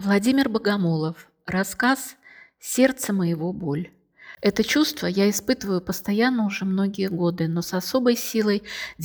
Владимир Богомолов. Рассказ «Сердце моего боль». Это чувство я испытываю постоянно уже многие годы, но с особой силой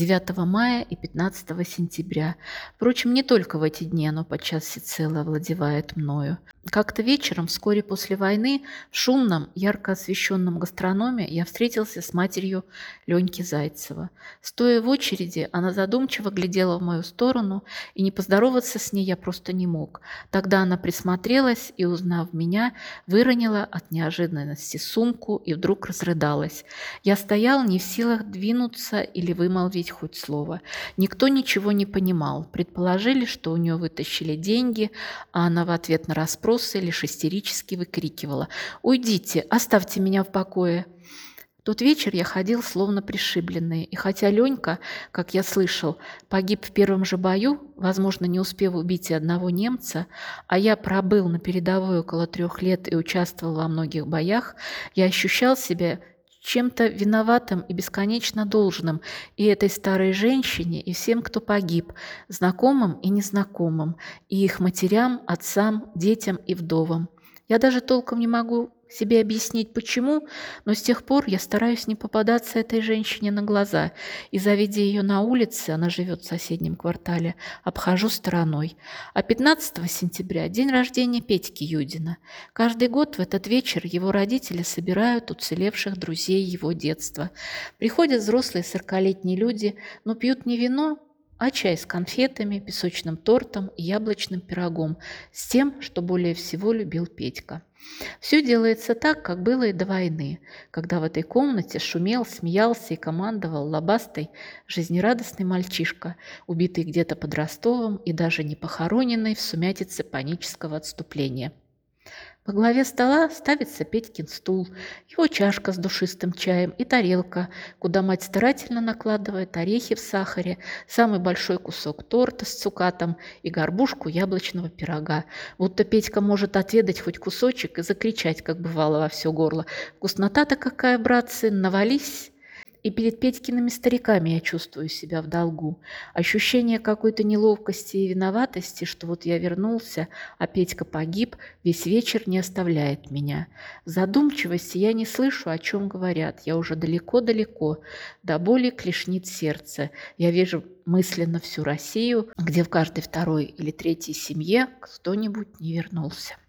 9 мая и 15 сентября. Впрочем, не только в эти дни оно подчас всецело овладевает мною. Как-то вечером, вскоре после войны, в шумном, ярко освещенном гастрономе я встретился с матерью Леньки Зайцева. Стоя в очереди, она задумчиво глядела в мою сторону, и не поздороваться с ней я просто не мог. Тогда она присмотрелась и, узнав меня, выронила от неожиданности сумку и вдруг разрыдалась. Я стоял не в силах двинуться или вымолвить хоть слово. Никто ничего не понимал. Предположили, что у нее вытащили деньги, а она в ответ на расспросы лишь истерически выкрикивала: «Уйдите, оставьте меня в покое!» Тот вечер я ходил словно пришибленный, и хотя Ленька, как я слышал, погиб в первом же бою, возможно, не успев убить и одного немца, а я пробыл на передовой около 3 лет и участвовал во многих боях, я ощущал себя чем-то виноватым и бесконечно должным и этой старой женщине, и всем, кто погиб, знакомым и незнакомым, и их матерям, отцам, детям и вдовам. Я даже толком не могу себе объяснить, почему, но с тех пор я стараюсь не попадаться этой женщине на глаза, и, завидя ее на улице, она живет в соседнем квартале, обхожу стороной. А 15 сентября – день рождения Петьки Юдина. Каждый год в этот вечер его родители собирают уцелевших друзей его детства. Приходят взрослые 40-летние люди, но пьют не вино, а чай с конфетами, песочным тортом и яблочным пирогом, с тем, что более всего любил Петька. Все делается так, как было и до войны, когда в этой комнате шумел, смеялся и командовал лобастый, жизнерадостный мальчишка, убитый где-то под Ростовом и даже не похороненный в сумятице панического отступления. Во главе стола ставится Петькин стул, его чашка с душистым чаем и тарелка, куда мать старательно накладывает орехи в сахаре, самый большой кусок торта с цукатом и горбушку яблочного пирога. Будто Петька может отведать хоть кусочек и закричать, как бывало, во все горло: «Вкуснота-то какая, братцы, навались!» И перед Петькиными стариками я чувствую себя в долгу. Ощущение какой-то неловкости и виноватости, что вот я вернулся, а Петька погиб, весь вечер не оставляет меня. В задумчивости я не слышу, о чем говорят. Я уже далеко-далеко, до боли клешнит сердце. Я вижу мысленно всю Россию, где в каждой второй или третьей семье кто-нибудь не вернулся.